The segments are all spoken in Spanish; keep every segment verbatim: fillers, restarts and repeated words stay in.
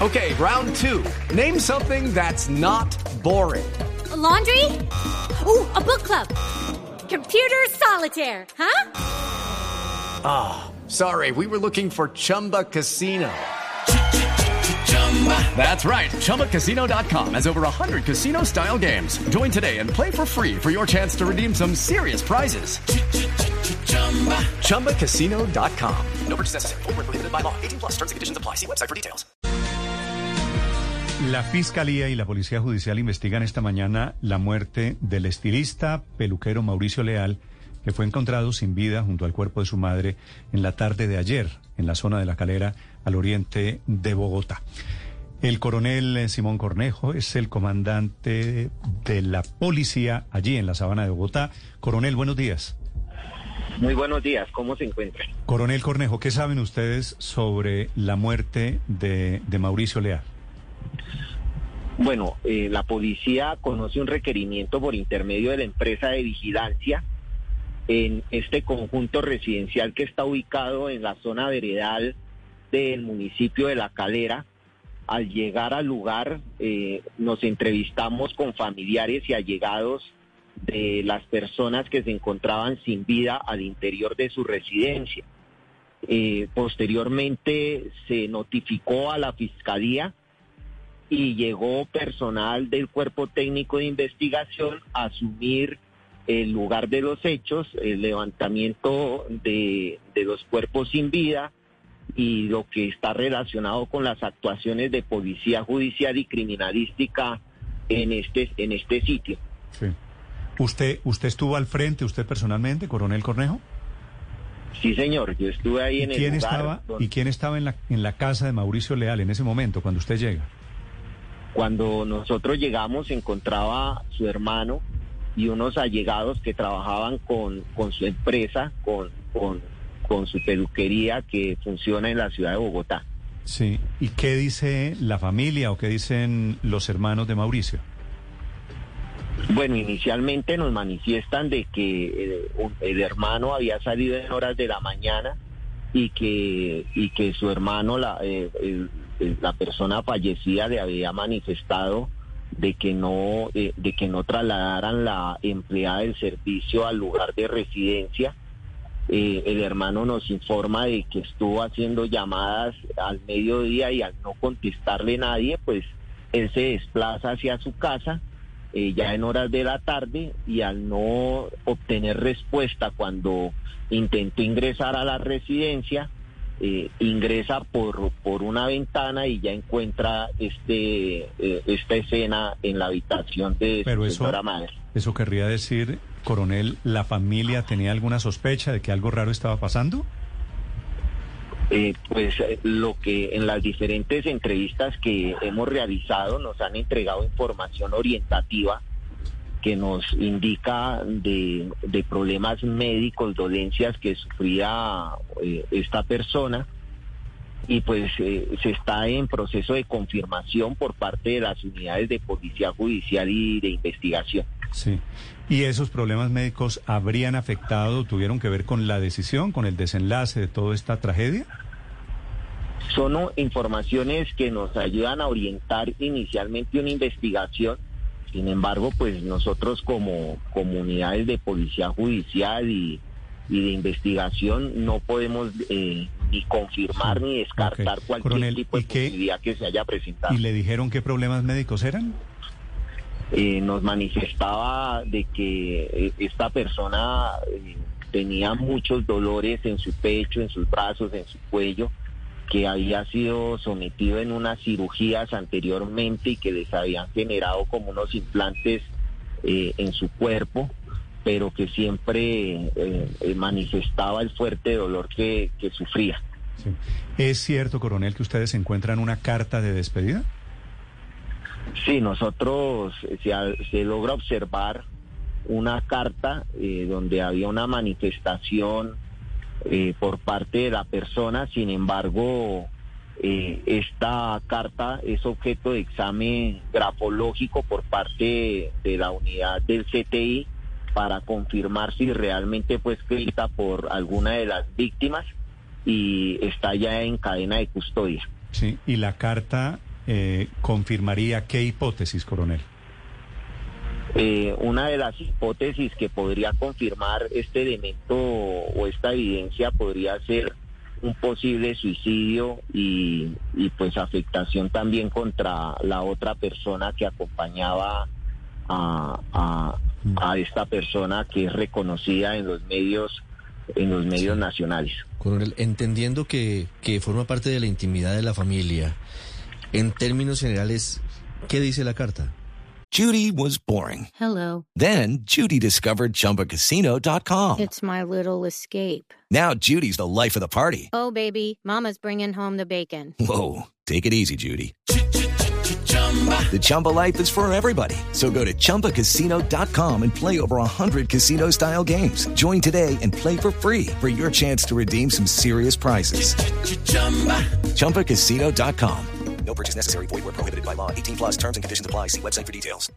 Okay, round two. Name something that's not boring. A laundry? Ooh, a book club. Computer solitaire, huh? Ah, oh, sorry, we were looking for Chumba Casino. That's right, Chumba Casino dot com has over one hundred casino-style games. Join today and play for free for your chance to redeem some serious prizes. Chumba Casino dot com. No purchase necessary. Void where prohibited by law. eighteen plus terms and conditions apply. See website for details. La Fiscalía y la Policía Judicial investigan esta mañana la muerte del estilista peluquero Mauricio Leal, que fue encontrado sin vida junto al cuerpo de su madre en la tarde de ayer, en la zona de La Calera, al oriente de Bogotá. El coronel Simón Cornejo es el comandante de la policía allí en la Sabana de Bogotá. Coronel, buenos días. Muy buenos días, ¿cómo se encuentran? Coronel Cornejo, ¿qué saben ustedes sobre la muerte de, de Mauricio Leal? Bueno, eh, la policía conoce un requerimiento por intermedio de la empresa de vigilancia en este conjunto residencial que está ubicado en la zona veredal del municipio de La Calera. Al llegar al lugar, eh, nos entrevistamos con familiares y allegados de las personas que se encontraban sin vida al interior de su residencia. Eh, posteriormente se notificó a la Fiscalía y llegó personal del Cuerpo Técnico de Investigación a asumir el lugar de los hechos, el levantamiento de, de los cuerpos sin vida y lo que está relacionado con las actuaciones de policía judicial y criminalística en este, en este sitio. Sí. ¿Usted, usted estuvo al frente, usted personalmente, coronel Cornejo? Sí, señor, yo estuve ahí en el quién lugar. Estaba, donde... ¿Y quién estaba en la, en la casa de Mauricio Leal en ese momento, cuando usted llega? Cuando nosotros llegamos se encontraba su hermano y unos allegados que trabajaban con, con su empresa, con, con, con su peluquería que funciona en la ciudad de Bogotá. Sí, ¿y qué dice la familia o qué dicen los hermanos de Mauricio? Bueno, inicialmente nos manifiestan de que eh, el hermano había salido en horas de la mañana y que, y que su hermano, la, eh, el, la persona fallecida, le había manifestado de que no eh, de que no trasladaran la empleada del servicio al lugar de residencia. Eh, el hermano nos informa de que estuvo haciendo llamadas al mediodía y al no contestarle nadie, pues él se desplaza hacia su casa eh, ya en horas de la tarde, y al no obtener respuesta cuando intentó ingresar a la residencia, Eh, ingresa por por una ventana y ya encuentra este eh, esta escena en la habitación de Pero su eso, señora madre. Eso querría decir, coronel, ¿la familia tenía alguna sospecha de que algo raro estaba pasando? Eh, pues eh, lo que en las diferentes entrevistas que hemos realizado nos han entregado información orientativa que nos indica de, de problemas médicos, dolencias que sufría eh, esta persona, y pues eh, se está en proceso de confirmación por parte de las unidades de policía judicial y de investigación. Sí. ¿Y esos problemas médicos habrían afectado, tuvieron que ver con la decisión, con el desenlace de toda esta tragedia? Son oh, informaciones que nos ayudan a orientar inicialmente una investigación. Sin embargo, pues nosotros como comunidades de policía judicial y, y de investigación no podemos eh, ni confirmar sí, ni descartar okay. cualquier Coronel, tipo de posibilidad que se haya presentado. ¿Y le dijeron qué problemas médicos eran? Eh, nos manifestaba de que eh, esta persona eh, tenía muchos dolores en su pecho, en sus brazos, en su cuello, que había sido sometido en unas cirugías anteriormente y que les habían generado como unos implantes eh, en su cuerpo, pero que siempre eh, eh, manifestaba el fuerte dolor que, que sufría. Sí. ¿Es cierto, coronel, que ustedes encuentran una carta de despedida? Sí, nosotros se, se logra observar una carta eh, donde había una manifestación Eh, por parte de la persona. Sin embargo, eh, esta carta es objeto de examen grafológico por parte de la unidad del C T I para confirmar si realmente fue escrita por alguna de las víctimas y está ya en cadena de custodia. Sí, y la carta eh, confirmaría qué hipótesis, coronel. Eh, una de las hipótesis que podría confirmar este elemento o esta evidencia podría ser un posible suicidio y, y pues afectación también contra la otra persona que acompañaba a, a, a esta persona que es reconocida en los medios en los medios sí. nacionales. Coronel, entendiendo que, que forma parte de la intimidad de la familia, en términos generales, ¿qué dice la carta? Judy was boring. Hello. Then Judy discovered Chumba Casino dot com. It's my little escape. Now Judy's the life of the party. Oh, baby, mama's bringing home the bacon. Whoa, take it easy, Judy. The Chumba life is for everybody. So go to Chumba Casino dot com and play over one hundred casino-style games. Join today and play for free for your chance to redeem some serious prizes. Chumba Casino dot com. No purchase necessary. Void where prohibited by law. eighteen plus terms and conditions apply. See website for details.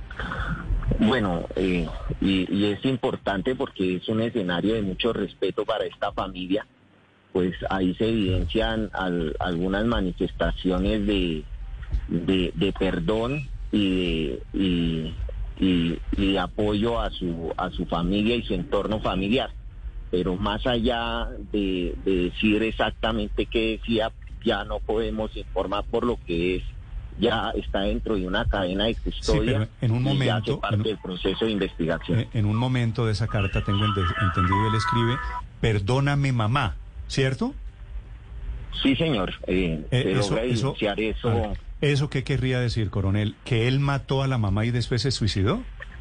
Bueno, eh, y, y es importante porque es un escenario de mucho respeto para esta familia. Pues ahí se evidencian al, algunas manifestaciones de, de, de perdón y de, y, y, y de apoyo a su, a su familia y su entorno familiar. Pero más allá de, de decir exactamente qué decía, ya no podemos informar por lo que es, ya está dentro de una cadena de custodia. Sí, pero en un momento, y ya hace parte en, del proceso de investigación. En, en un momento de esa carta, tengo entendido, él escribe, perdóname mamá, ¿cierto? Sí, señor, eh, eh, se eso, logra evidenciar eso. eso, ¿Eso qué querría decir, coronel? ¿Que él mató a la mamá y después se suicidó?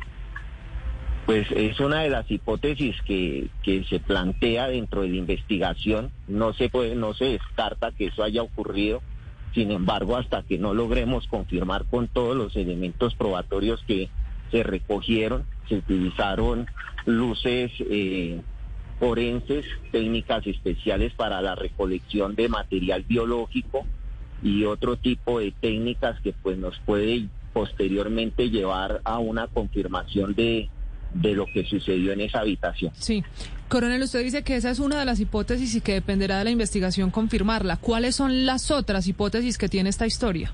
Pues es una de las hipótesis que, que se plantea dentro de la investigación. No se puede, no se descarta que eso haya ocurrido. Sin embargo, hasta que no logremos confirmar con todos los elementos probatorios que se recogieron, se utilizaron luces eh, forenses, técnicas especiales para la recolección de material biológico y otro tipo de técnicas que pues nos puede posteriormente llevar a una confirmación de de lo que sucedió en esa habitación. Sí. Coronel, usted dice que esa es una de las hipótesis y que dependerá de la investigación confirmarla. ¿Cuáles son las otras hipótesis que tiene esta historia?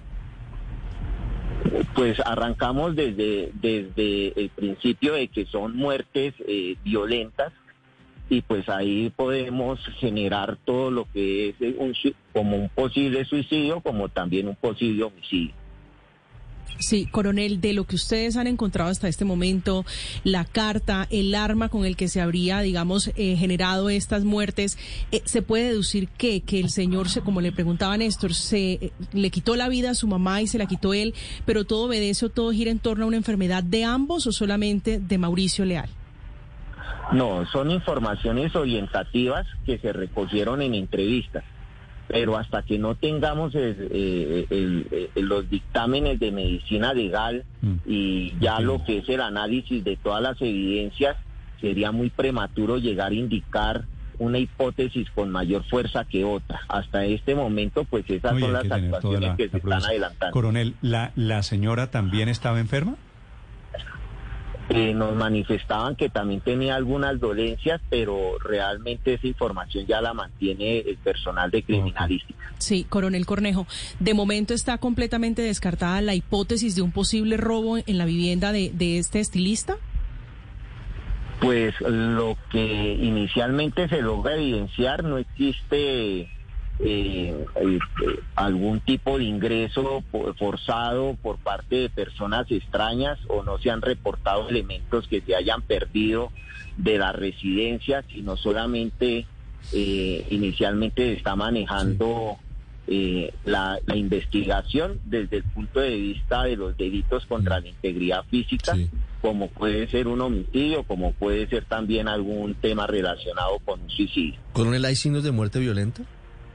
Pues arrancamos desde, desde el principio de que son muertes eh, violentas y pues ahí podemos generar todo lo que es un, como un posible suicidio, como también un posible homicidio. Sí, coronel, de lo que ustedes han encontrado hasta este momento, la carta, el arma con el que se habría, digamos, eh, generado estas muertes, eh, ¿se puede deducir que, que el señor, se, como le preguntaba Néstor, se eh, le quitó la vida a su mamá y se la quitó él, pero todo obedece o todo gira en torno a una enfermedad de ambos o solamente de Mauricio Leal? No, son informaciones orientativas que se recogieron en entrevistas. Pero hasta que no tengamos el, el, el, el, los dictámenes de medicina legal mm. y ya okay. lo que es el análisis de todas las evidencias, sería muy prematuro llegar a indicar una hipótesis con mayor fuerza que otra. Hasta este momento, pues esas Oye, son las actuaciones la, que se están adelantando. Coronel, ¿la, la señora también estaba enferma? Eh, nos manifestaban que también tenía algunas dolencias, pero realmente esa información ya la mantiene el personal de criminalística. Sí, coronel Cornejo, de momento está completamente descartada la hipótesis de un posible robo en la vivienda de, de este estilista. Pues lo que inicialmente se logra evidenciar, no existe eh, eh, algún tipo de ingreso forzado por parte de personas extrañas o no se han reportado elementos que se hayan perdido de la residencia, sino solamente eh, inicialmente se está manejando eh, la, la investigación desde el punto de vista de los delitos contra la integridad física, sí. como puede ser un homicidio, como puede ser también algún tema relacionado con un suicidio. ¿Coronel, hay signos de muerte violenta?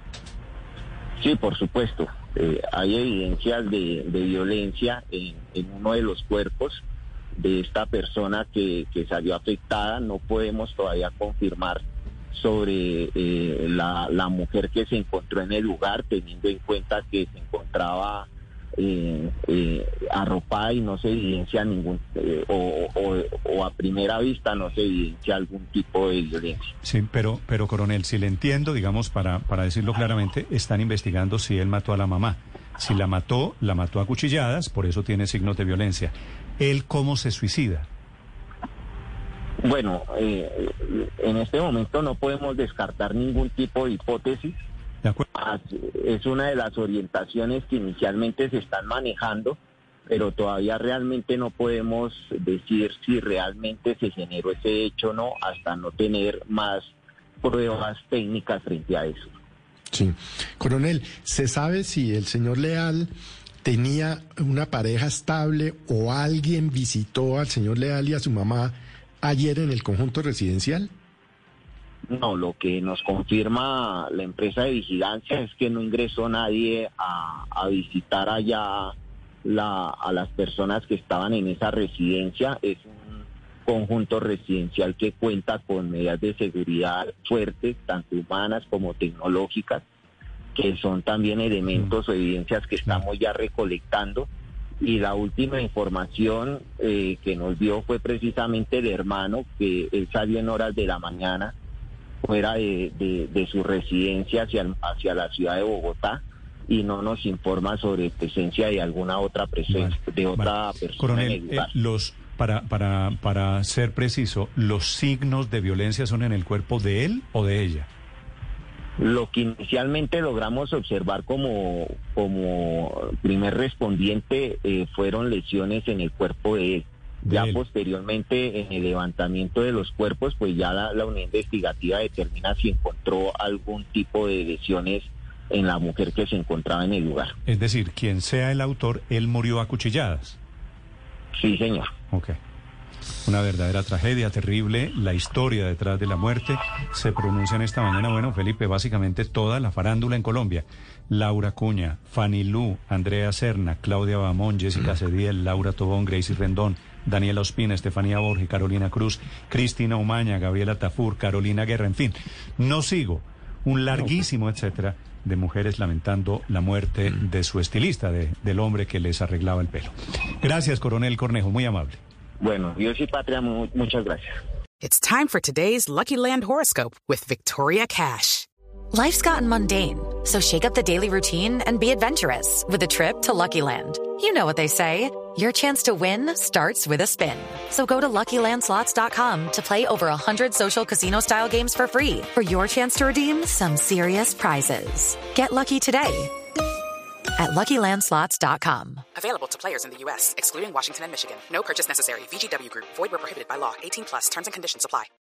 Sí, por supuesto. Eh, hay evidencias de, de violencia en, en uno de los cuerpos de esta persona que, que salió afectada. No podemos todavía confirmar sobre eh, la, la mujer que se encontró en el lugar, teniendo en cuenta que se encontraba eh, eh, arropada y no se evidencia ningún, eh, o, o, o a primera vista no se evidencia algún tipo de violencia. Sí, pero, pero coronel, si le entiendo, digamos, para, para decirlo claramente, están investigando si él mató a la mamá. Si la mató, la mató a cuchilladas, por eso tiene signos de violencia. ¿Él cómo se suicida? Bueno, eh, en este momento no podemos descartar ningún tipo de hipótesis. ¿De acuerdo? Es una de las orientaciones que inicialmente se están manejando, pero todavía realmente no podemos decir si realmente se generó ese hecho o no, hasta no tener más pruebas técnicas frente a eso. Sí. Coronel, ¿se sabe si el señor Leal tenía una pareja estable o alguien visitó al señor Leal y a su mamá ayer en el conjunto residencial? No, lo que nos confirma la empresa de vigilancia es que no ingresó nadie a, a visitar allá la, a las personas que estaban en esa residencia. Es un conjunto residencial que cuenta con medidas de seguridad fuertes, tanto humanas como tecnológicas, que son también elementos o evidencias que estamos ya recolectando. Y la última información eh, que nos dio fue precisamente el hermano, que él salió en horas de la mañana fuera de, de, de su residencia hacia, hacia la ciudad de Bogotá, y no nos informa sobre presencia de alguna otra presencia, vale, de otra vale. persona. Coronel, en el lugar. Eh, los, para, para, para ser preciso, ¿los signos de violencia son en el cuerpo de él o de ella? Lo que inicialmente logramos observar como, como primer respondiente eh, fueron lesiones en el cuerpo de él. De ya él. Posteriormente, en el levantamiento de los cuerpos, pues ya la, la unidad investigativa determina si encontró algún tipo de lesiones en la mujer que se encontraba en el lugar. Es decir, quien sea el autor, él murió a cuchilladas. Sí, señor. Ok. Una verdadera tragedia, terrible, la historia detrás de la muerte. Se pronuncian esta mañana, bueno, Felipe, básicamente toda la farándula en Colombia. Laura Cuña, Fanny Lu, Andrea Serna, Claudia Bamón, Jessica Cediel, Laura Tobón, Gracie Rendón, Daniela Ospina, Estefanía Borges, Carolina Cruz, Cristina Umaña, Gabriela Tafur, Carolina Guerra, en fin. No sigo. Un larguísimo etcétera de mujeres lamentando la muerte de su estilista, de, del hombre que les arreglaba el pelo. Gracias, Coronel Cornejo, muy amable. Bueno, Dios y patria, mu- muchas gracias. It's time for today's Lucky Land horoscope with Victoria Cash. Life's gotten mundane, so shake up the daily routine and be adventurous with a trip to Lucky Land. You know what they say, your chance to win starts with a spin. So go to Lucky Land Slots dot com to play over one hundred social casino-style games for free for your chance to redeem some serious prizes. Get lucky today at Lucky Land Slots dot com. Available to players in the U S, excluding Washington and Michigan. No purchase necessary. V G W Group. Void where prohibited by law. eighteen plus. Terms and conditions apply.